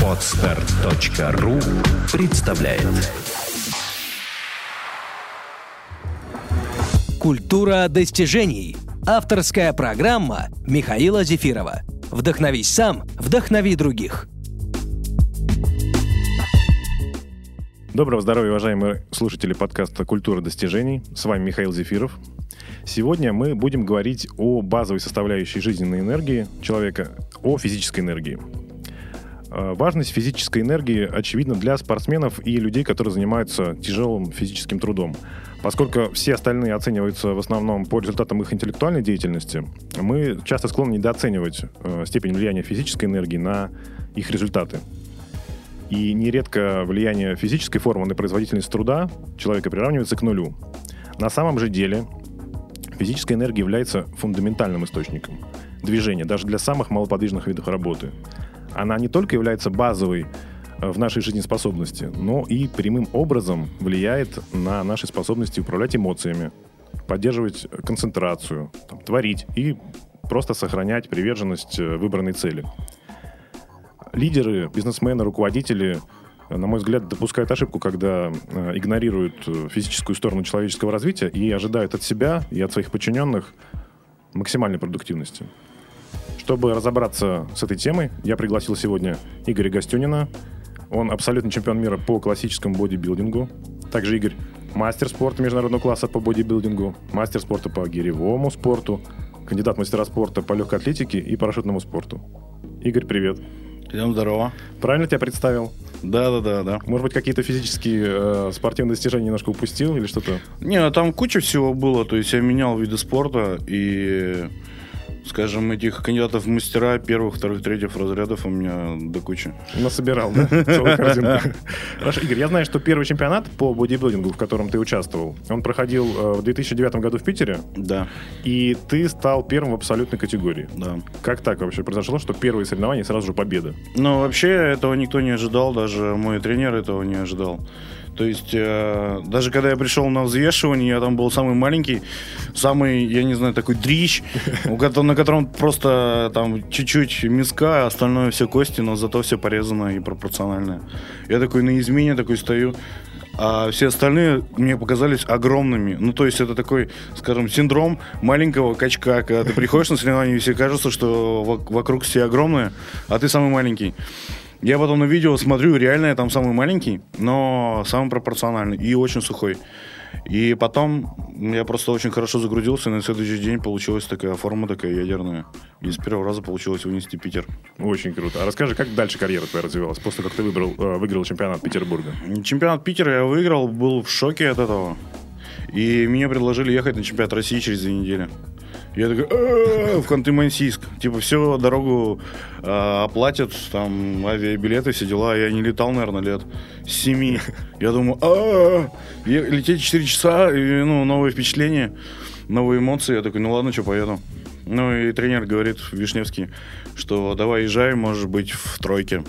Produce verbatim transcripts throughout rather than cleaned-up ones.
Подстер точка ру представляет. Культура достижений. Авторская программа Михаила Зефирова. Вдохновись сам, вдохнови других. Доброго здоровья, уважаемые слушатели подкаста «Культура достижений». С вами Михаил Зефиров. Сегодня мы будем говорить о базовой составляющей жизненной энергии человека, о физической энергии. Важность физической энергии очевидна для спортсменов и людей, которые занимаются тяжелым физическим трудом. Поскольку все остальные оцениваются в основном по результатам их интеллектуальной деятельности, мы часто склонны недооценивать степень влияния физической энергии на их результаты. И нередко влияние физической формы на производительность труда человека приравнивается к нулю. На самом же деле физическая энергия является фундаментальным источником движения, даже для самых малоподвижных видов работы. Она не только является базовой в нашей жизнеспособности, но и прямым образом влияет на наши способности управлять эмоциями, поддерживать концентрацию, там, творить и просто сохранять приверженность выбранной цели. Лидеры, бизнесмены, руководители, на мой взгляд, допускают ошибку, когда игнорируют физическую сторону человеческого развития и ожидают от себя и от своих подчиненных максимальной продуктивности. Чтобы разобраться с этой темой, я пригласил сегодня Игоря Гостюнина. Он абсолютный чемпион мира по классическому бодибилдингу. Также Игорь – мастер спорта международного класса по бодибилдингу, мастер спорта по гиревому спорту, кандидат в мастера спорта по легкой атлетике и парашютному спорту. Игорь, привет. Всем здорово. Правильно тебя представил? Да, да, да, да. Может быть, какие-то физические э, спортивные достижения немножко упустил или что-то? Не, там куча всего было. То есть я менял виды спорта и, скажем, этих кандидатов в мастера первых, вторых, третьих разрядов у меня до кучи. Насобирал, да? Целую корзинку. Хорошо, Игорь, я знаю, что первый чемпионат по бодибилдингу, в котором ты участвовал, он проходил в две тысячи девятом году в Питере. Да. И ты стал первым в абсолютной категории. Да. Как так вообще произошло, что первые соревнования сразу же победа? Ну, вообще этого никто не ожидал, даже мой тренер этого не ожидал. То есть, э, даже когда я пришел на взвешивание, я там был самый маленький, самый, я не знаю, такой дрищ, на котором просто там чуть-чуть миска, а остальное все кости, но зато все порезано и пропорционально. Я такой на измене такой стою, а все остальные мне показались огромными. Ну, то есть, это такой, скажем, синдром маленького качка, когда ты приходишь на соревнования, и все кажется, что вокруг все огромные, а ты самый маленький. Я потом на видео смотрю, реально я там самый маленький, но самый пропорциональный и очень сухой. И потом я просто очень хорошо загрузился, и на следующий день получилась такая форма, такая ядерная. И с первого раза получилось вынести Питер. Очень круто. А расскажи, как дальше карьера твоя развивалась, после как ты выбрал, выиграл чемпионат Петербурга? Чемпионат Питера я выиграл, был в шоке от этого. И мне предложили ехать на чемпионат России через две недели. Я такой, в Ханты-Мансийск. Типа, все, дорогу э, оплатят, там, авиабилеты, все дела. Я не летал, наверное, лет с семи. Я думаю, а лететь четыре часа, и, ну, новые впечатления, новые эмоции. Я такой, ну ладно, что, поеду. Ну, и тренер говорит, Вишневский, что давай езжай, может быть, в тройке.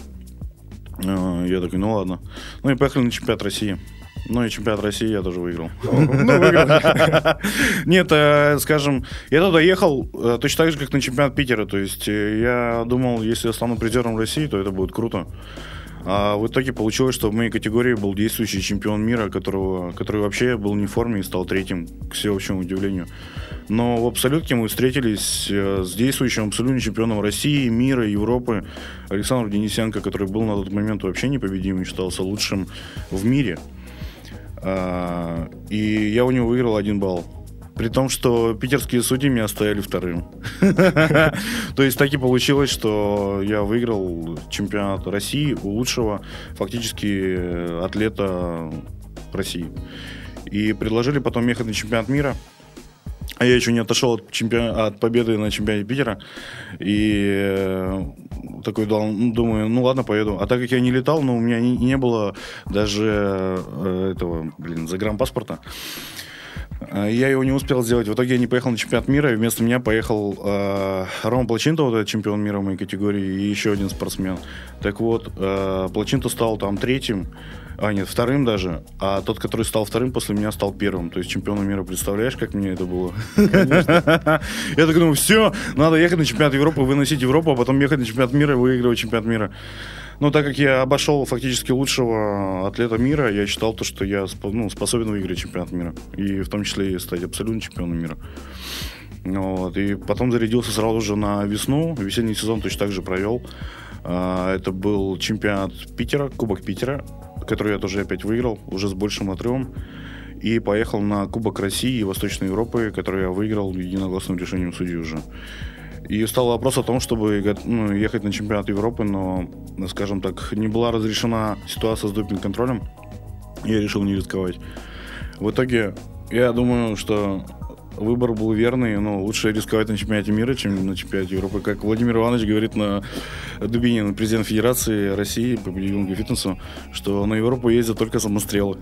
Я такой, ну ладно. Ну, и поехали на чемпионат России. Ну и чемпионат России я тоже выиграл. Ну, выиграл. Нет, скажем, я туда ехал точно так же, как на чемпионат Питера. То есть я думал, если я стану призером России, то это будет круто. А в итоге получилось, что в моей категории был действующий чемпион мира, которого, который вообще был не в форме и стал третьим, к всеобщему удивлению. Но в абсолютке мы встретились с действующим абсолютным чемпионом России, мира, Европы Александром Денисенко, который был на тот момент вообще непобедимым и считался лучшим в мире. И я у него выиграл один балл. При том, что питерские судьи меня оставили вторым. То есть так и получилось, что я выиграл чемпионат России у лучшего фактически атлета России. И предложили потом ехать на чемпионат мира. А я еще не отошел от, чемпион... от победы на чемпионате Питера. И такой думаю, ну ладно, поеду. А так как я не летал, но у меня не, не было даже этого, блин, загранпаспорта. Я его не успел сделать. В итоге я не поехал на чемпионат мира, и вместо меня поехал э, Рома Плачинто, вот этот чемпион мира в моей категории, и еще один спортсмен. Так вот, э, Плачинто стал там третьим, а нет, вторым даже, а тот, который стал вторым, после меня стал первым. То есть чемпионом мира, представляешь, как мне это было? Я так думаю, все, надо ехать на чемпионат Европы, выносить Европу, а потом ехать на чемпионат мира и выигрывать чемпионат мира. Ну, так как я обошел фактически лучшего атлета мира, я считал то, что я ну, способен выиграть чемпионат мира. И в том числе и стать абсолютным чемпионом мира. Вот. И потом зарядился сразу же на весну. Весенний сезон точно так же провел. Это был чемпионат Питера, Кубок Питера, который я тоже опять выиграл, уже с большим отрывом. И поехал на Кубок России и Восточной Европы, который я выиграл единогласным решением судей уже. И стал вопрос о том, чтобы ну, ехать на чемпионат Европы, но, скажем так, не была разрешена ситуация с допинг-контролем. Я решил не рисковать. В итоге, я думаю, что выбор был верный, но лучше рисковать на чемпионате мира, чем на чемпионате Европы. Как Владимир Иванович говорит на Дубинин, президент Федерации России по бодибилдингу и фитнесу, что на Европу ездят только самострелы.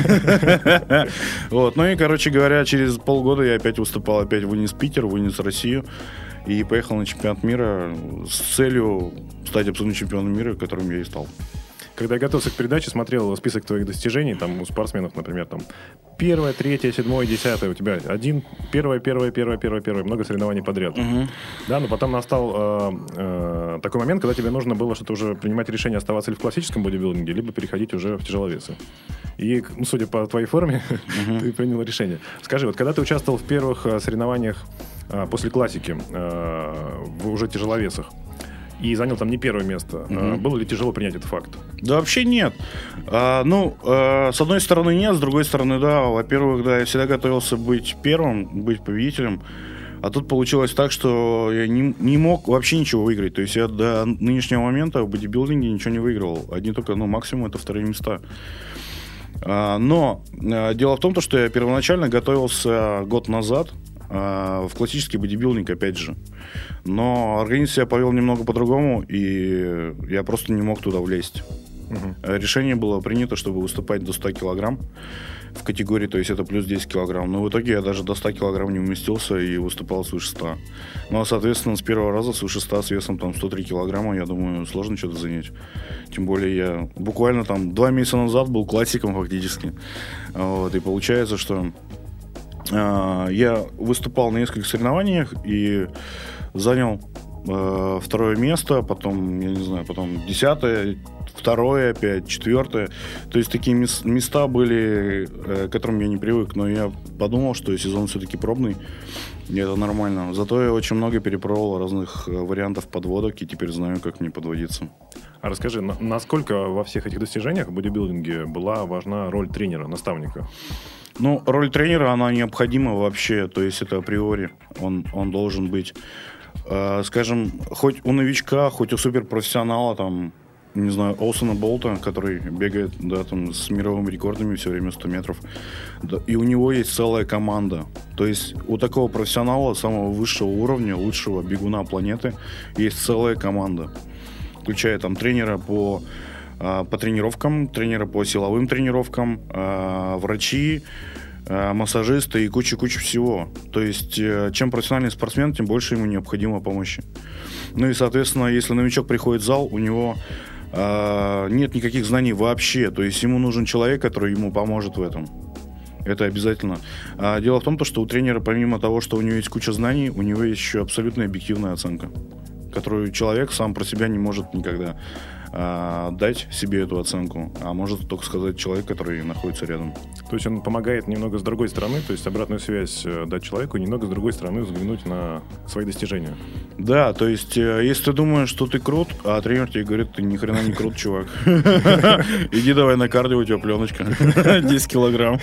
Вот. Ну и, короче говоря, через полгода я опять выступал, опять вынес Питер, вынес Россию и поехал на чемпионат мира с целью стать абсолютным чемпионом мира, которым я и стал. Когда я готовился к передаче, смотрел список твоих достижений, там у спортсменов, например, там первое, третье, седьмое, десятое, у тебя один, первое, первое, первое, первое, первое, много соревнований подряд. Угу. Да, но потом настал э, э, такой момент, когда тебе нужно было что-то уже принимать решение, оставаться ли в классическом бодибилдинге, либо переходить уже в тяжеловесы. И, ну, судя по твоей форме, угу. ты принял решение. Скажи, вот когда ты участвовал в первых э, соревнованиях э, после классики э, в уже тяжеловесах, и занял там не первое место. Mm-hmm. Было ли тяжело принять этот факт? Да вообще нет. А, ну, а, с одной стороны нет, с другой стороны да. Во-первых, да, я всегда готовился быть первым, быть победителем. А тут получилось так, что я не, не мог вообще ничего выиграть. То есть я до нынешнего момента в бодибилдинге ничего не выигрывал. Одни только, ну, максимум это вторые места. А, но а, дело в том, что я первоначально готовился год назад в классический бодибилдинг, опять же. Но организм себя повел немного по-другому, и я просто не мог туда влезть. Угу. Решение было принято, чтобы выступать до ста килограмм в категории, то есть это плюс десять килограмм. Но в итоге я даже до ста килограмм не уместился и выступал свыше ста. Ну, а, соответственно, с первого раза свыше ста с весом там сто три килограмма, я думаю, сложно что-то занять. Тем более я буквально там два месяца назад был классиком фактически. Вот, и получается, что я выступал на нескольких соревнованиях и занял э, второе место, потом, я не знаю, потом десятое, второе опять, четвертое. То есть такие мес- места были, э, к которым я не привык, но я подумал, что сезон все-таки пробный, и это нормально. Зато я очень много перепробовал разных вариантов подводок, и теперь знаю, как мне подводиться. А расскажи, насколько во всех этих достижениях в бодибилдинге была важна роль тренера, наставника? Ну, роль тренера, она необходима вообще, то есть это априори, он, он должен быть, э, скажем, хоть у новичка, хоть у суперпрофессионала, там, не знаю, Олсона Болта, который бегает, да, там, с мировыми рекордами все время сто метров, да, и у него есть целая команда, то есть у такого профессионала, самого высшего уровня, лучшего бегуна планеты, есть целая команда, включая там тренера по... по тренировкам, тренеры по силовым тренировкам, врачи, массажисты и куча-куча всего. То есть, чем профессиональный спортсмен, тем больше ему необходимо помощи. Ну и, соответственно, если новичок приходит в зал, у него нет никаких знаний вообще. То есть, ему нужен человек, который ему поможет в этом. Это обязательно. А дело в том, что у тренера, помимо того, что у него есть куча знаний, у него есть еще абсолютно объективная оценка, которую человек сам про себя не может никогда дать себе эту оценку, а может только сказать человек, который находится рядом. То есть он помогает немного с другой стороны, то есть обратную связь дать человеку, немного с другой стороны взглянуть на свои достижения. Да, то есть если ты думаешь, что ты крут, а тренер тебе говорит, ты ни хрена не крут, чувак. Иди давай на кардио, у тебя пленочка. десять килограмм.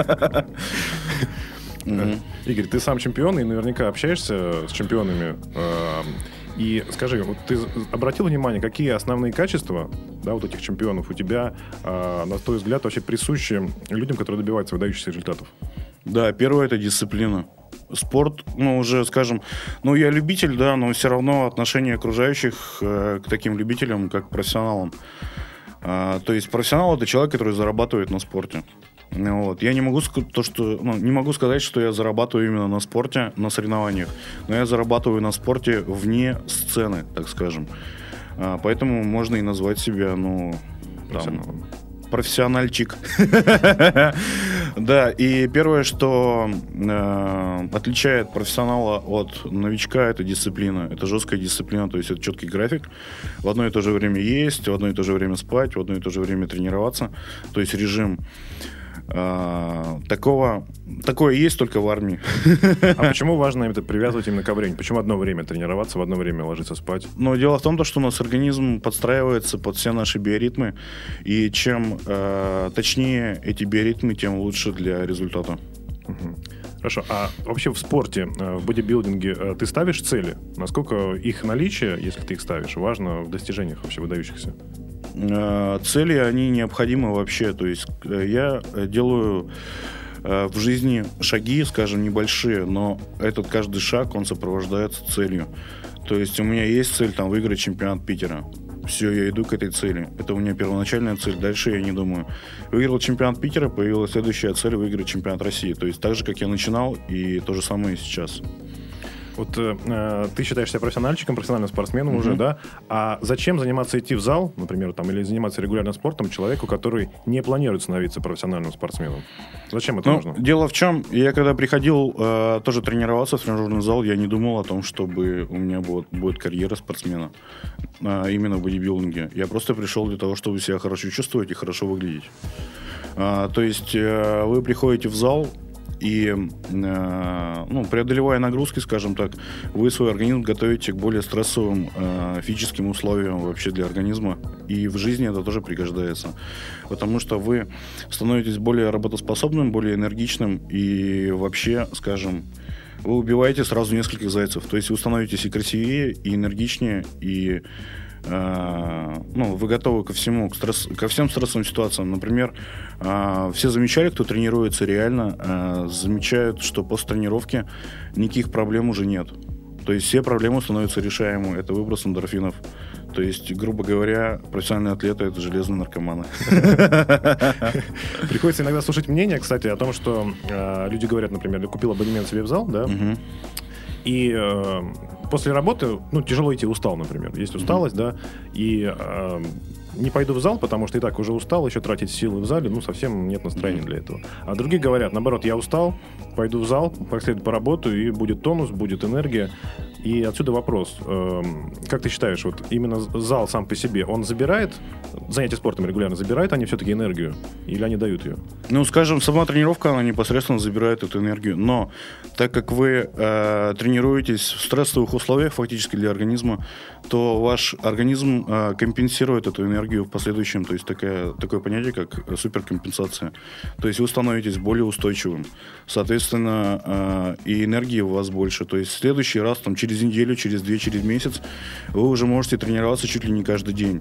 Игорь, ты сам чемпион и наверняка общаешься с чемпионами. И скажи, вот ты обратил внимание, какие основные качества, да, вот этих чемпионов у тебя, э, на твой взгляд, вообще присущи людям, которые добиваются выдающихся результатов? Да, первое — это дисциплина. Спорт, ну, уже, скажем, ну, я любитель, да, но все равно отношение окружающих э, к таким любителям, как к профессионалам. А, то есть профессионал — это человек, который зарабатывает на спорте. Вот. Я не могу, то, что, ну, не могу сказать, что я зарабатываю именно на спорте, на соревнованиях, но я зарабатываю на спорте вне сцены, так скажем. А, поэтому можно и назвать себя, ну, там, профессиональчик. Да, и первое, что э, отличает профессионала от новичка, это дисциплина. Это жесткая дисциплина, то есть это четкий график. В одно и то же время есть, в одно и то же время спать, в одно и то же время тренироваться. То есть режим э, такого, такое есть только в армии. А почему важно это привязывать именно ко времени? Почему одно время тренироваться, в одно время ложиться спать? Но дело в том, что у нас организм подстраивается под все наши биоритмы, и чем э, точнее эти биоритмы, тем лучше для результата. Угу. Хорошо. А вообще в спорте, в бодибилдинге ты ставишь цели? Насколько их наличие, если ты их ставишь, важно в достижениях вообще выдающихся? Цели, они необходимы вообще. То есть я делаю в жизни шаги, скажем, небольшие, но этот каждый шаг, он сопровождается целью. То есть у меня есть цель там выиграть чемпионат Питера. Все, я иду к этой цели. Это у меня первоначальная цель. Дальше я не думаю. Выиграл чемпионат Питера, появилась следующая цель — выиграть чемпионат России. То есть так же, как я начинал, и то же самое и сейчас. Вот э, ты считаешь себя профессиональчиком, профессиональным спортсменом, mm-hmm. уже, да? А зачем заниматься, идти в зал, например, там, или заниматься регулярным спортом человеку, который не планирует становиться профессиональным спортсменом? Зачем это ну, нужно? Дело в чем, я когда приходил э, тоже тренироваться в тренажерный зал, я не думал о том, чтобы у меня будет, будет карьера спортсмена, э, именно в бодибилдинге. Я просто пришел для того, чтобы себя хорошо чувствовать и хорошо выглядеть. Э, то есть э, вы приходите в зал, и, э, ну, преодолевая нагрузки, скажем так, вы свой организм готовите к более стрессовым э, физическим условиям вообще для организма. И в жизни это тоже пригождается. Потому что вы становитесь более работоспособным, более энергичным и вообще, скажем, вы убиваете сразу нескольких зайцев. То есть вы становитесь и красивее, и энергичнее, и Uh, ну, вы готовы ко всему, к стресс, ко всем стрессовым ситуациям. Например, uh, все замечали, кто тренируется реально, uh, замечают, что после тренировки никаких проблем уже нет. То есть все проблемы становятся решаемыми. Это выброс эндорфинов. То есть, грубо говоря, профессиональные атлеты — это железные наркоманы. Приходится иногда слушать мнение, кстати, о том, что люди говорят, например, я купил абонемент себе в зал, да, и э, после работы, ну, тяжело идти, устал, например. Есть усталость, mm-hmm. да, и э, не пойду в зал, потому что и так уже устал, еще тратить силы в зале, ну, совсем нет настроения mm-hmm. для этого. А другие говорят, наоборот, я устал, пойду в зал, как следует поработаю, и будет тонус, будет энергия. И отсюда вопрос, э, как ты считаешь, вот именно зал сам по себе, он забирает, занятия спортом регулярно забирает они все-таки энергию, или они дают ее? Ну, скажем, сама тренировка, она непосредственно забирает эту энергию, но так как вы э, тренируетесь в стрессовых условиях фактически для организма, то ваш организм э, компенсирует эту энергию в последующем, то есть такая, такое понятие, как суперкомпенсация. То есть вы становитесь более устойчивым, соответственно, э, и энергии у вас больше, то есть в следующий раз, там, через через неделю, через две, через месяц вы уже можете тренироваться чуть ли не каждый день.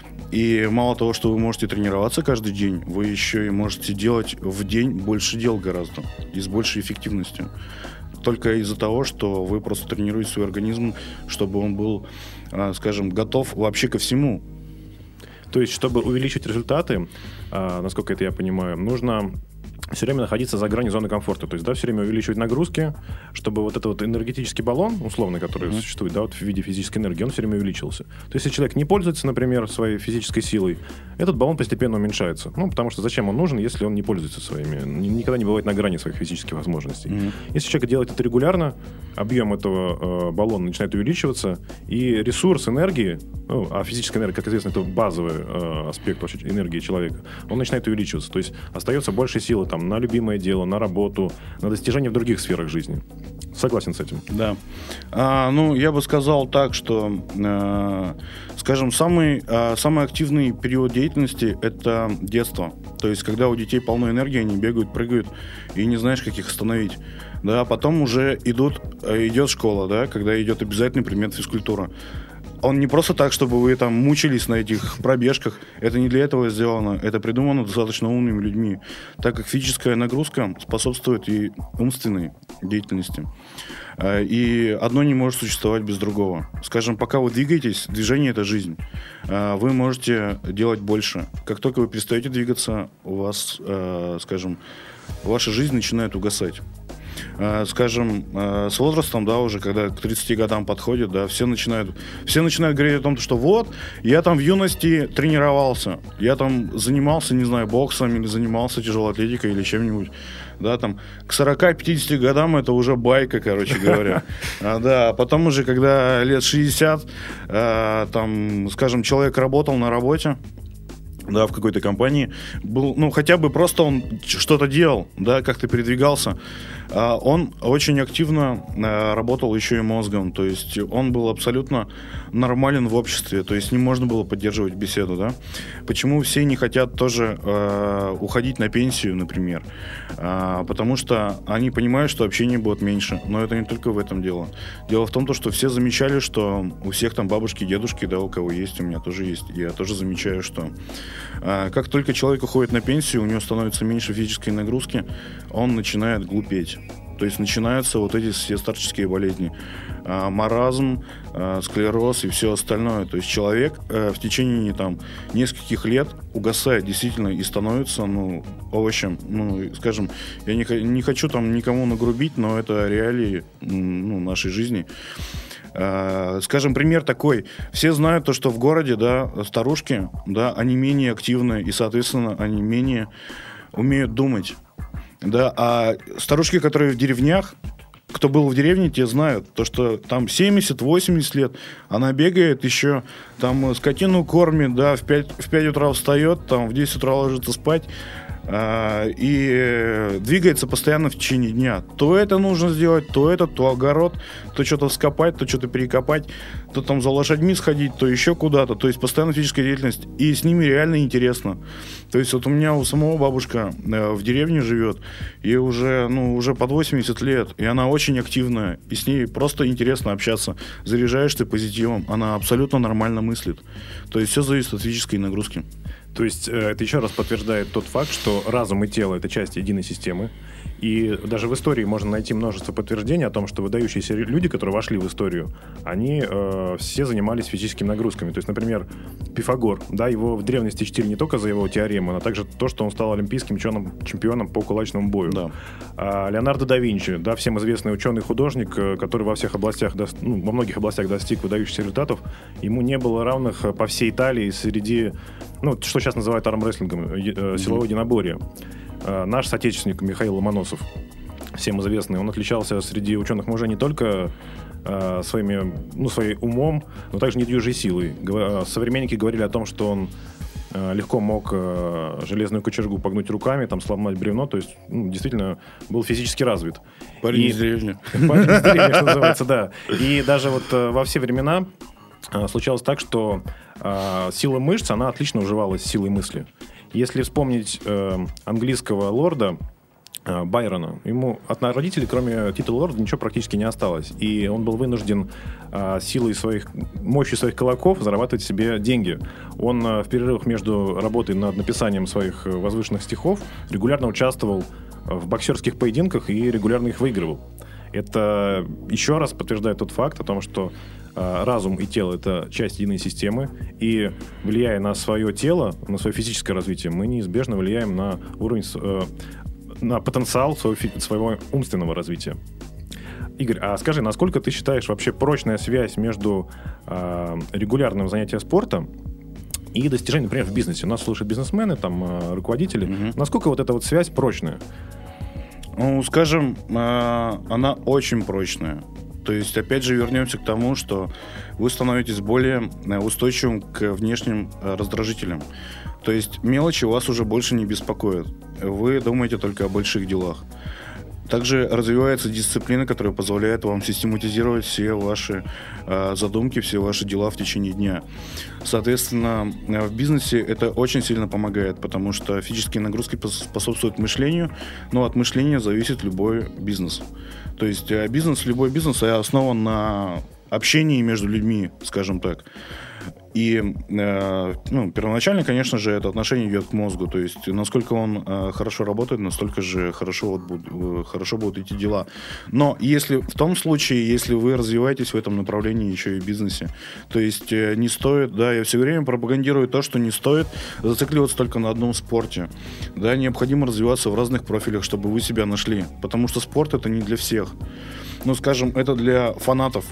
И мало того, что вы можете тренироваться каждый день, вы еще и можете делать в день больше дел гораздо и с большей эффективностью. Только из-за того, что вы просто тренируете свой организм, чтобы он был, скажем, готов вообще ко всему. То есть, чтобы увеличить результаты, насколько это я понимаю, нужно все время находиться за гранью зоны комфорта. То есть, да, все время увеличивать нагрузки, чтобы вот этот вот энергетический баллон, условный, который mm-hmm. существует, да, вот в виде физической энергии, он все время увеличился. То есть, если человек не пользуется, например, своей физической силой, этот баллон постепенно уменьшается. Ну, потому что зачем он нужен, если он не пользуется своими, никогда не бывает на грани своих физических возможностей. Mm-hmm. Если человек делает это регулярно, объем этого э, баллона начинает увеличиваться, и ресурс энергии, ну, а физическая энергия, как известно, это базовый э, аспект вообще энергии человека, он начинает увеличиваться. То есть, остается больше силы там на любимое дело, на работу, на достижения в других сферах жизни. Согласен с этим? Да. А, ну, я бы сказал так, что, э, скажем, самый, э, самый активный период деятельности – это детство. То есть, когда у детей полно энергии, они бегают, прыгают, и не знаешь, как их остановить. Да, потом уже идут, идет школа, да, когда идет обязательный предмет физкультура. Он не просто так, чтобы вы там мучились на этих пробежках. Это не для этого сделано. Это придумано достаточно умными людьми, так как физическая нагрузка способствует и умственной деятельности. И одно не может существовать без другого. Скажем, пока вы двигаетесь, движение – это жизнь. Вы можете делать больше. Как только вы перестаете двигаться, у вас, скажем, ваша жизнь начинает угасать. э, скажем, э, с возрастом, да, уже когда к тридцати годам подходит, да, все начинают, все начинают говорить о том, что вот, я там в юности тренировался, я там занимался, не знаю, боксом или занимался тяжелой атлетикой или чем-нибудь. Да, там, к сорока-пятидесяти годам это уже байка, короче говоря. А, да, потом уже, когда лет шестьдесят, а, там, скажем, человек работал на работе, да, в какой-то компании, был, ну, хотя бы просто он что-то делал, да, как-то передвигался, а, он очень активно а, работал еще и мозгом, то есть он был абсолютно нормален в обществе, то есть с ним можно было поддерживать беседу, да. Почему все не хотят тоже а, уходить на пенсию, например? А, потому что они понимают, что общения будет меньше, но это не только в этом дело. Дело в том, что все замечали, что у всех там бабушки, дедушки, да, у кого есть, у меня тоже есть, я тоже замечаю, что как только человек уходит на пенсию, у него становится меньше физической нагрузки, он начинает глупеть. То есть начинаются вот эти все старческие болезни. Маразм, склероз и все остальное. То есть человек в течение там, нескольких лет угасает действительно и становится ну, овощем. Ну, скажем, я не, не хочу там никому нагрубить, но это реалии ну, нашей жизни. Скажем, пример такой. Все знают то, что в городе, да, старушки, да, они менее активны и, соответственно, они менее умеют думать. Да, а старушки, которые в деревнях, кто был в деревне, те знают, то, что там семьдесят-восемьдесят лет, она бегает еще, там скотину кормит, да, в пять, в пять утра встает, там в десять утра ложится спать, и двигается постоянно в течение дня. То это нужно сделать, то это, то огород, то что-то вскопать, то что-то перекопать, то там за лошадьми сходить, то еще куда-то. То есть постоянно физическая деятельность. И с ними реально интересно. То есть вот у меня у самого бабушка в деревне живет, ей уже, ну, уже под восемьдесят лет, и она очень активная, и с ней просто интересно общаться. Заряжаешь ты позитивом, она абсолютно нормально мыслит. То есть все зависит от физической нагрузки. То есть это еще раз подтверждает тот факт, что разум и тело – это часть единой системы. И даже в истории можно найти множество подтверждений о том, что выдающиеся люди, которые вошли в историю, они э, все занимались физическими нагрузками. То есть, например, Пифагор, да, его в древности чтили не только за его теоремы, но также то, что он стал олимпийским чемпионом, чемпионом по кулачному бою. Да. А Леонардо да Винчи, да, всем известный ученый-художник, который во всех областях, ну, во многих областях достиг выдающихся результатов, ему не было равных по всей Италии среди, ну, что сейчас называют армрестлингом, э, силовое единоборье. Наш соотечественник Михаил Ломоносов, всем известный, он отличался среди ученых мужей не только э, своими, ну, своим умом, но также недюжей силой. Современники говорили о том, что он э, легко мог э, железную кочергу погнуть руками, там, сломать бревно, то есть ну, действительно был физически развит. Парень из деревни. Парень из деревни, что называется, да. И даже вот э, во все времена э, случалось так, что э, сила мышц, она отлично уживалась с силой мысли. Если вспомнить э, английского лорда э, Байрона, ему от родителей, кроме титула лорда, ничего практически не осталось. И он был вынужден э, силой своих, мощью своих кулаков зарабатывать себе деньги. Он э, в перерывах между работой над написанием своих возвышенных стихов регулярно участвовал в боксерских поединках и регулярно их выигрывал. Это еще раз подтверждает тот факт о том, что разум и тело – это часть единой системы, и влияя на свое тело, на свое физическое развитие, мы неизбежно влияем на уровень, на потенциал своего, своего умственного развития. Игорь, а скажи, насколько ты считаешь вообще прочная связь между регулярным занятием спортом и достижением, например, в бизнесе? У нас слушают бизнесмены, там, руководители. Mm-hmm. Насколько вот эта вот связь прочная? Ну, скажем, она очень прочная. То есть, опять же, вернемся к тому, что вы становитесь более устойчивым к внешним раздражителям. То есть, мелочи вас уже больше не беспокоят. Вы думаете только о больших делах. Также развивается дисциплина, которая позволяет вам систематизировать все ваши э, задумки, все ваши дела в течение дня. Соответственно, в бизнесе это очень сильно помогает, потому что физические нагрузки способствуют мышлению, но от мышления зависит любой бизнес. То есть бизнес, любой бизнес основан на общении между людьми, скажем так. И э, ну, первоначально, конечно же, это отношение идет к мозгу. То есть, насколько он э, хорошо работает, настолько же хорошо, вот, будут, э, хорошо будут идти дела. Но если в том случае, если вы развиваетесь в этом направлении еще и в бизнесе, то есть э, не стоит, да, я все время пропагандирую то, что не стоит зацикливаться только на одном спорте. Да, необходимо развиваться в разных профилях, чтобы вы себя нашли. Потому что спорт это не для всех. Ну, скажем, это для фанатов.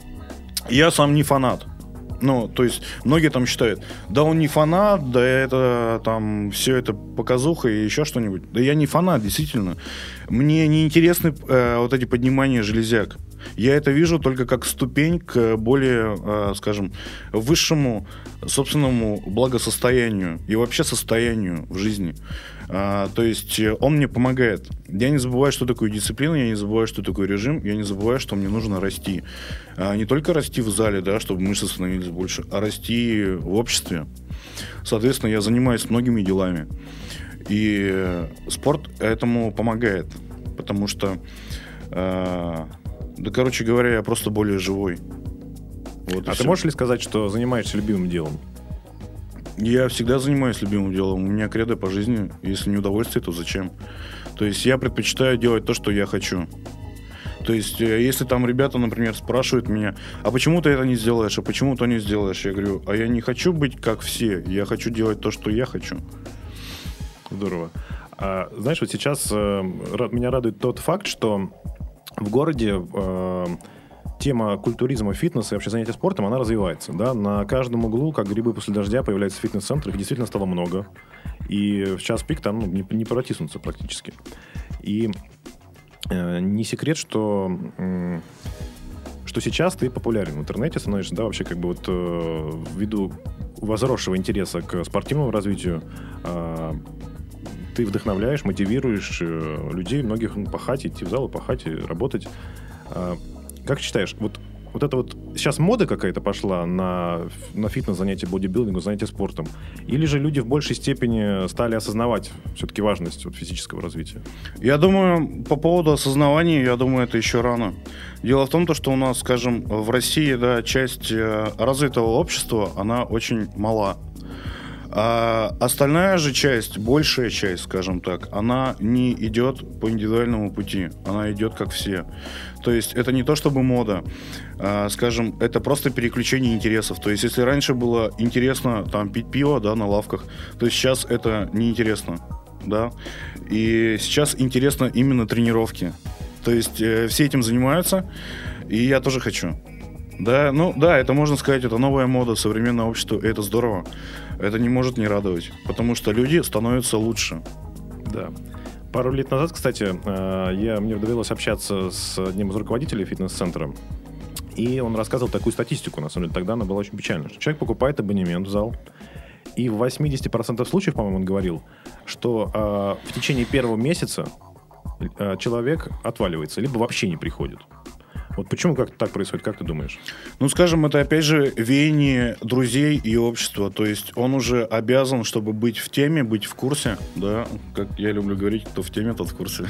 Я сам не фанат. Ну, то есть, многие там считают, да он не фанат, да это там, все это показуха и еще что-нибудь. Да я не фанат, действительно. Мне не интересны э, вот эти поднимания железяк. Я это вижу только как ступень к более, э, скажем, высшему собственному благосостоянию и вообще состоянию в жизни. А, то есть он мне помогает. Я не забываю, что такое дисциплина, я не забываю, что такое режим, я не забываю, что мне нужно расти. А, не только расти в зале, да, чтобы мышцы становились больше, а расти в обществе. Соответственно, я занимаюсь многими делами. И спорт этому помогает. Потому что, а, да, короче говоря, я просто более живой. Вот а ты все. можешь ли сказать, что занимаешься любимым делом? Я всегда занимаюсь любимым делом. У меня кредо по жизни. Если не удовольствие, то зачем? То есть я предпочитаю делать то, что я хочу. То есть если там ребята, например, спрашивают меня, а почему ты это не сделаешь, а почему то не сделаешь? Я говорю, а я не хочу быть как все. Я хочу делать то, что я хочу. Здорово. А, знаешь, вот сейчас э, меня радует тот факт, что в городе... Э, тема культуризма, фитнеса и вообще занятия спортом, она развивается. Да? На каждом углу, как грибы после дождя, появляются фитнес-центры. Их действительно стало много. И в час пик там ну, не, не протиснуться практически. И э, не секрет, что, э, что сейчас ты популярен в интернете, становишься, да, вообще как бы вот э, ввиду возросшего интереса к спортивному развитию, э, ты вдохновляешь, мотивируешь э, людей, многих ну, пахать, идти в зал, пахать и работать. Э, Как считаешь, вот, вот это вот сейчас мода какая-то пошла на, на фитнес-занятия, бодибилдингу, занятия спортом? Или же люди в большей степени стали осознавать все-таки важность вот, физического развития? Я думаю, по поводу осознавания, я думаю, это еще рано. Дело в том, что у нас, скажем, в России, да, часть развитого общества, она очень мала. А остальная же часть, большая часть, скажем так, она не идет по индивидуальному пути, она идет как все. То есть это не то чтобы мода, а, скажем, это просто переключение интересов. То есть если раньше было интересно там пить пиво, да, на лавках, то сейчас это неинтересно, да. И сейчас интересно именно тренировки. То есть э, все этим занимаются, и я тоже хочу. Да, ну да, это можно сказать, это новая мода, современное общество, и это здорово. Это не может не радовать, потому что люди становятся лучше. Да. Пару лет назад, кстати, я, мне довелось общаться с одним из руководителей фитнес-центра, и он рассказывал такую статистику, на самом деле, тогда она была очень печальна, что человек покупает абонемент в зал, и в восемьдесят процентов случаев, по-моему, он говорил, что э, в течение первого месяца э, человек отваливается, либо вообще не приходит. Вот почему как-то так происходит, как ты думаешь? Ну, скажем, это опять же веяние друзей и общества. То есть он уже обязан, чтобы быть в теме, быть в курсе, да, как я люблю говорить, кто в теме, тот в курсе.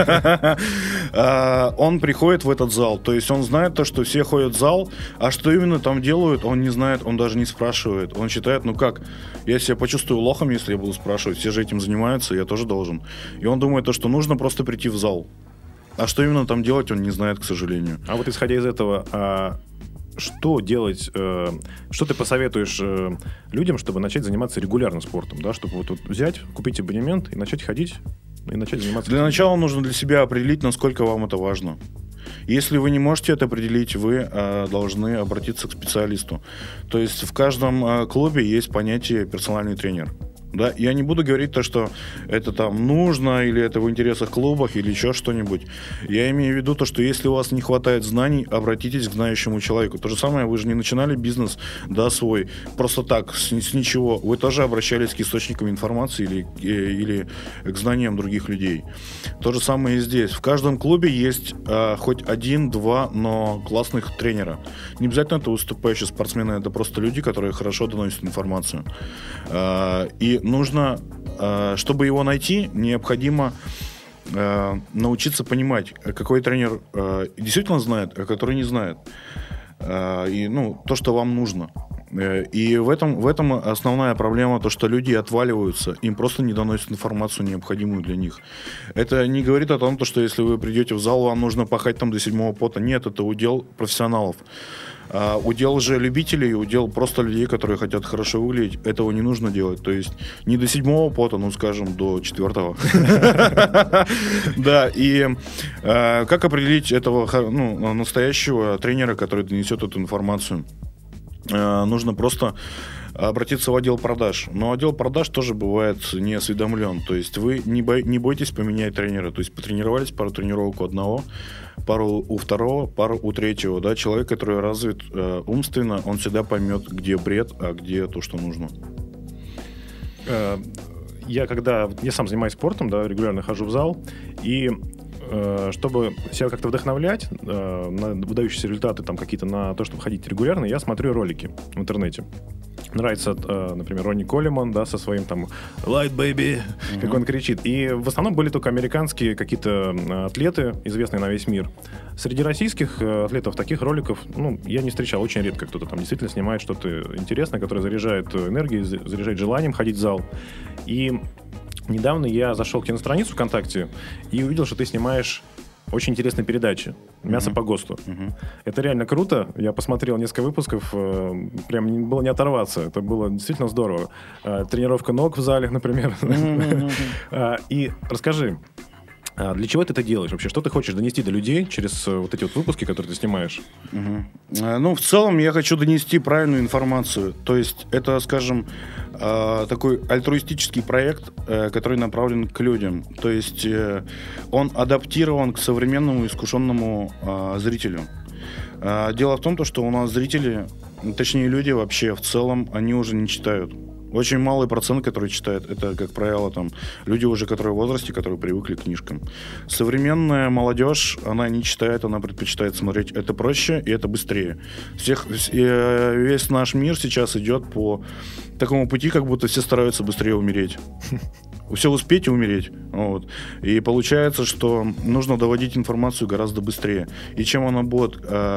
Он приходит в этот зал, то есть он знает то, что все ходят в зал, а что именно там делают, он не знает, он даже не спрашивает. Он считает, ну как, я себя почувствую лохом, если я буду спрашивать, все же этим занимаются, я тоже должен. И он думает то, что нужно просто прийти в зал. А что именно там делать, он не знает, к сожалению. А вот исходя из этого, а что делать, э, что ты посоветуешь э, людям, чтобы начать заниматься регулярно спортом, да, чтобы вот, вот взять, купить абонемент и начать ходить, и начать заниматься? Для начала нужно для себя определить, насколько вам это важно. Если вы не можете это определить, вы э, должны обратиться к специалисту. То есть в каждом э, клубе есть понятие персональный тренер. Да, я не буду говорить то, что это там нужно, или это в интересах клубов, или еще что-нибудь. Я имею в виду то, что если у вас не хватает знаний, обратитесь к знающему человеку. То же самое, вы же не начинали бизнес, да, свой, просто так, с, с ничего. Вы тоже обращались к источникам информации или, или к знаниям других людей. То же самое и здесь. В каждом клубе есть а, хоть один-два, но классных тренера. Не обязательно это выступающие спортсмены, это просто люди, которые хорошо доносят информацию. А, и нужно, чтобы его найти, необходимо научиться понимать, какой тренер действительно знает, а который не знает. и, ну, то, что вам нужно. И в этом, в этом основная проблема, то, что люди отваливаются, им просто не доносят информацию, необходимую для них. Это не говорит о том, что если вы придете в зал, вам нужно пахать там до седьмого пота. Нет, это удел профессионалов. А удел же любителей, удел просто людей, которые хотят хорошо выглядеть, этого не нужно делать. То есть не до седьмого пота, ну, скажем, до четвертого. Да, и как определить этого настоящего тренера, который донесет эту информацию? Нужно просто обратиться в отдел продаж. Но отдел продаж тоже бывает не осведомлен. То есть вы не, бо- не бойтесь поменять тренера. То есть потренировались пару тренировок у одного, пару у второго, пару у третьего. Да? Человек, который развит э, умственно, он всегда поймет, где бред, а где то, что нужно. Я когда... Я сам занимаюсь спортом, да, регулярно хожу в зал, и чтобы себя как-то вдохновлять э, на выдающиеся результаты там какие-то, на то, чтобы ходить регулярно, я смотрю ролики в интернете. Нравится, э, например, Ронни Коллиман, да, со своим там «Light, baby», mm-hmm. как он кричит. И в основном были только американские какие-то атлеты, известные на весь мир. Среди российских атлетов таких роликов, ну, я не встречал, очень редко кто-то там действительно снимает что-то интересное, которое заряжает энергией, заряжает желанием ходить в зал. И недавно я зашел к тебе на страницу ВКонтакте и увидел, что ты снимаешь очень интересные передачи «Мясо uh-huh. по ГОСТу». Uh-huh. Это реально круто. Я посмотрел несколько выпусков, прям не, было не оторваться. Это было действительно здорово. Тренировка ног в зале, например. Uh-huh. Uh-huh. И расскажи, для чего ты это делаешь вообще? Что ты хочешь донести до людей через вот эти вот выпуски, которые ты снимаешь? Uh-huh. Ну, в целом я хочу донести правильную информацию. То есть это, скажем, такой альтруистический проект, который направлен к людям. То есть он адаптирован к современному искушенному зрителю. Дело в том, что у нас зрители, точнее люди вообще в целом, они уже не читают. Очень малый процент, который читает, это, как правило, там, люди уже, которые в возрасте, которые привыкли к книжкам. Современная молодежь, она не читает, она предпочитает смотреть. Это проще и это быстрее. Всех, весь наш мир сейчас идет по такому пути, как будто все стараются быстрее умереть. Все успеть и умереть. Вот. И получается, что нужно доводить информацию гораздо быстрее. И чем она будет...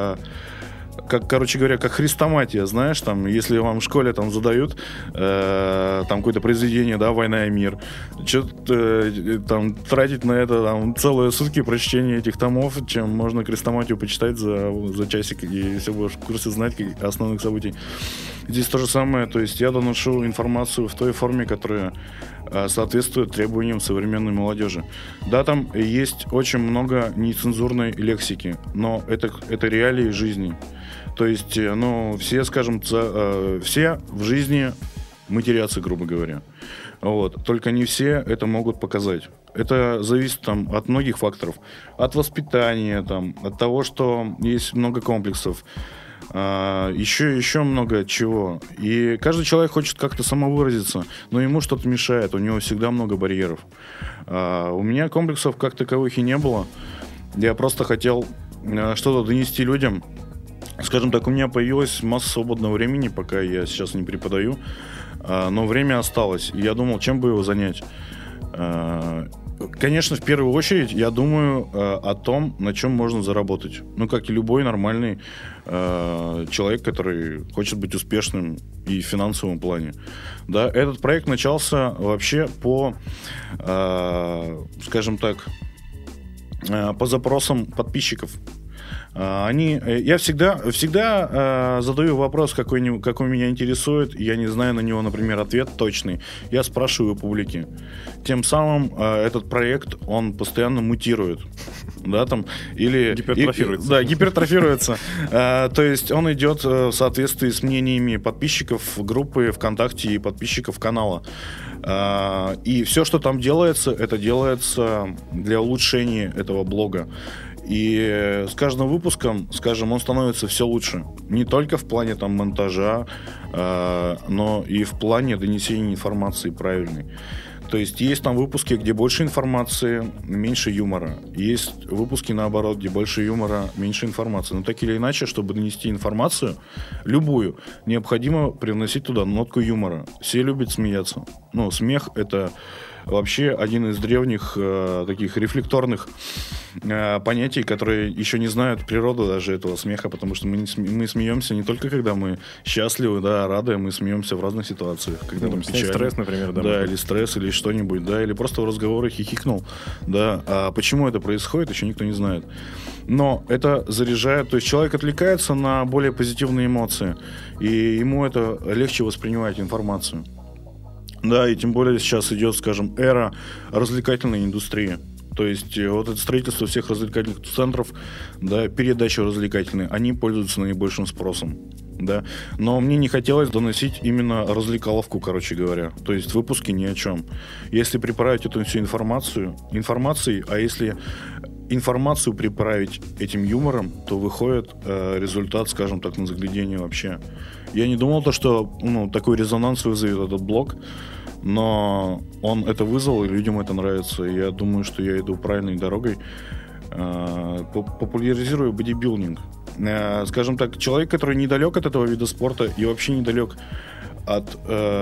Как, короче говоря, как хрестоматия, знаешь, там, если вам в школе там задают э, там какое-то произведение, да, «Война и мир», что-то э, там тратить на это там целые сутки прочтения этих томов, чем можно хрестоматию почитать за, за часик, и все будешь в курсе знать основных событий. Здесь то же самое, то есть я доношу информацию в той форме, которая э, соответствует требованиям современной молодежи. Да, там есть очень много нецензурной лексики, но это, это реалии жизни. То есть, ну, все, скажем, ц- все в жизни матерятся, грубо говоря. Вот. Только не все это могут показать. Это зависит там от многих факторов. От воспитания, там, от того, что есть много комплексов. А, еще, еще много чего. И каждый человек хочет как-то самовыразиться, но ему что-то мешает. У него всегда много барьеров. А, у меня комплексов как таковых и не было. Я просто хотел что-то донести людям. Скажем так, у меня появилась масса свободного времени, пока я сейчас не преподаю, но время осталось. И я думал, чем бы его занять. Конечно, в первую очередь я думаю о том, на чем можно заработать. Ну, как и любой нормальный человек, который хочет быть успешным и в финансовом плане. Да, этот проект начался вообще по, скажем так, по запросам подписчиков. Они, я всегда, всегда э, задаю вопрос, какой, какой меня интересует, я не знаю на него, например, ответ точный. Я спрашиваю у публики. Тем самым э, этот проект, он постоянно мутирует. Да, там, или, гипертрофируется. И, да, гипертрофируется. э, то есть он идет в соответствии с мнениями подписчиков группы ВКонтакте и подписчиков канала. Э, и все, что там делается, это делается для улучшения этого блога. И с каждым выпуском, скажем, он становится все лучше. Не только в плане там монтажа, э, но и в плане донесения информации правильной. То есть есть там выпуски, где больше информации, меньше юмора. Есть выпуски, наоборот, где больше юмора, меньше информации. Но так или иначе, чтобы донести информацию, любую, необходимо привносить туда нотку юмора. Все любят смеяться. Ну, смех — это вообще один из древних э, таких рефлекторных э, понятий, которые еще не знают природу даже этого смеха, потому что мы, не сме- мы смеемся не только когда мы счастливы, да, рады, мы смеемся в разных ситуациях. Когда Ну, мы снять стресс, например, да. Да, может или быть. стресс, или что-нибудь, да, или просто в разговоре хихикнул, да. А почему это происходит, еще никто не знает. Но это заряжает, то есть человек отвлекается на более позитивные эмоции, и ему это легче воспринимать информацию. Да, и тем более сейчас идет, скажем, эра развлекательной индустрии. То есть э, вот это строительство всех развлекательных центров, да, передачи развлекательные, они пользуются наибольшим спросом. Да. Но мне не хотелось доносить именно развлекаловку, короче говоря. То есть выпуски ни о чем. Если приправить эту всю информацию, информацией, а если информацию приправить этим юмором, то выходит э, результат, скажем так, на заглядение вообще. Я не думал, то, что ну, такой резонанс вызовет этот блог, но он это вызвал, и людям это нравится. И я думаю, что я иду правильной дорогой. Э, популяризирую бодибилдинг. Э, скажем так, человек, который недалек от этого вида спорта и вообще недалек от...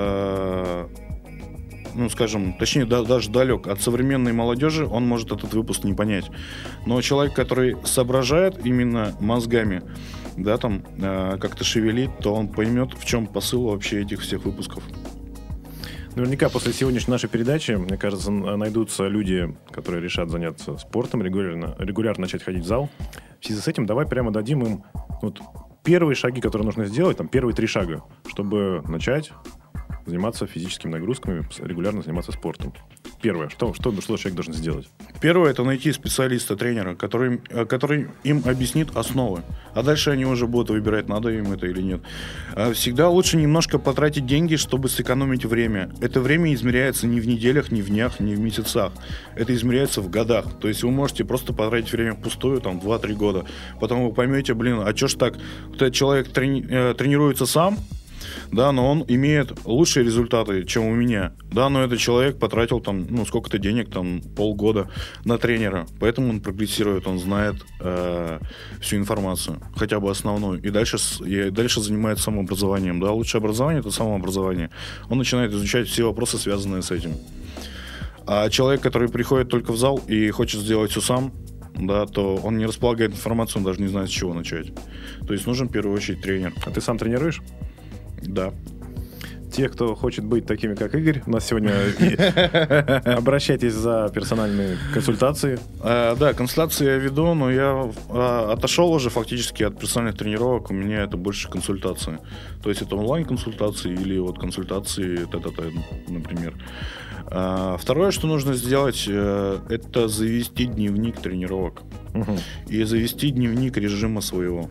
Э, ну, скажем, точнее, да, даже далек от современной молодежи, он может этот выпуск не понять. Но человек, который соображает именно мозгами, да, там, э, как-то шевелит, то он поймет, в чем посыл вообще этих всех выпусков. Наверняка после сегодняшней нашей передачи, мне кажется, найдутся люди, которые решат заняться спортом, регулярно, регулярно начать ходить в зал. В связи с этим давай прямо дадим им вот первые шаги, которые нужно сделать, там, первые три шага, чтобы начать заниматься физическими нагрузками, регулярно заниматься спортом. Первое, что, что, что человек должен сделать? Первое — это найти специалиста, тренера, который, который им объяснит основы. А дальше они уже будут выбирать, надо им это или нет. Всегда лучше немножко потратить деньги, чтобы сэкономить время. Это время измеряется не в неделях, не в днях, не в месяцах. Это измеряется в годах. То есть вы можете просто потратить время впустую, там, два-три года. Потом вы поймете, блин, а чё ж так? Этот человек трени- э, тренируется сам, да, но он имеет лучшие результаты, чем у меня. Да, но этот человек потратил там, ну, сколько-то денег, там, полгода на тренера. Поэтому он прогрессирует, он знает э, всю информацию, хотя бы основную. И дальше, и дальше занимается самообразованием. Да, лучшее образование — это самообразование. Он начинает изучать все вопросы, связанные с этим. А человек, который приходит только в зал и хочет сделать все сам, да, то он не располагает информацией, он даже не знает, с чего начать. То есть нужен в первую очередь тренер. А ты сам тренируешь? Да. Те, кто хочет быть такими, как Игорь, у нас сегодня обращайтесь за персональные консультации. А, да, консультации я веду, но я а, отошел уже фактически от персональных тренировок. У меня это больше консультации. То есть это онлайн-консультации или вот консультации тет-а-тет, например. А, второе, что нужно сделать, это завести дневник тренировок. Угу. И завести дневник режима своего.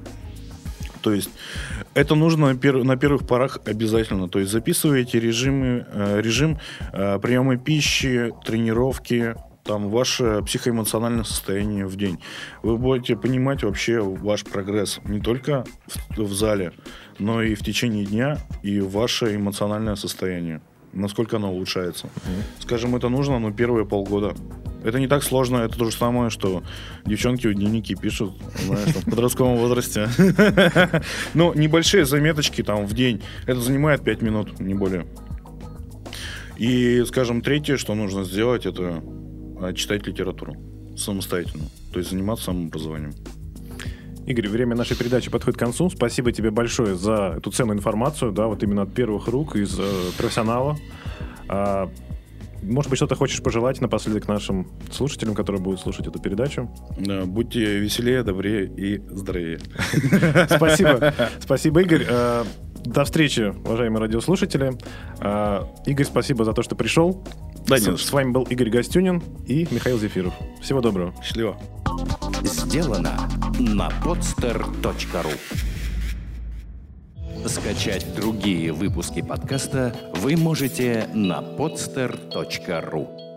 То есть это нужно на, пер, на первых порах обязательно. То есть записывайте режимы, э, режим э, приема пищи, тренировки, там, ваше психоэмоциональное состояние в день. Вы будете понимать вообще ваш прогресс не только в, в зале, но и в течение дня, и ваше эмоциональное состояние. Насколько оно улучшается. Mm-hmm. Скажем, это нужно, но первые полгода. Это не так сложно, это то же самое, что девчонки в дневнике пишут, знаешь, в подростковом возрасте. Ну, небольшие заметочки там в день. Это занимает пять минут, не более. И, скажем, третье, что нужно сделать, это читать литературу самостоятельно. То есть заниматься самообразованием. Игорь, время нашей передачи подходит к концу. Спасибо тебе большое за эту ценную информацию, да, вот именно от первых рук, из э, профессионала. А, может быть, что-то хочешь пожелать напоследок нашим слушателям, которые будут слушать эту передачу? Да, будьте веселее, добрее и здоровее. Спасибо. Спасибо, Игорь. До встречи, уважаемые радиослушатели. Игорь, спасибо за то, что пришел. Да, с, нет. с вами был Игорь Гостюнин и Михаил Зефиров. Всего доброго. Счастливо. Сделано на podster точка ру. Скачать другие выпуски подкаста вы можете на podster точка ру.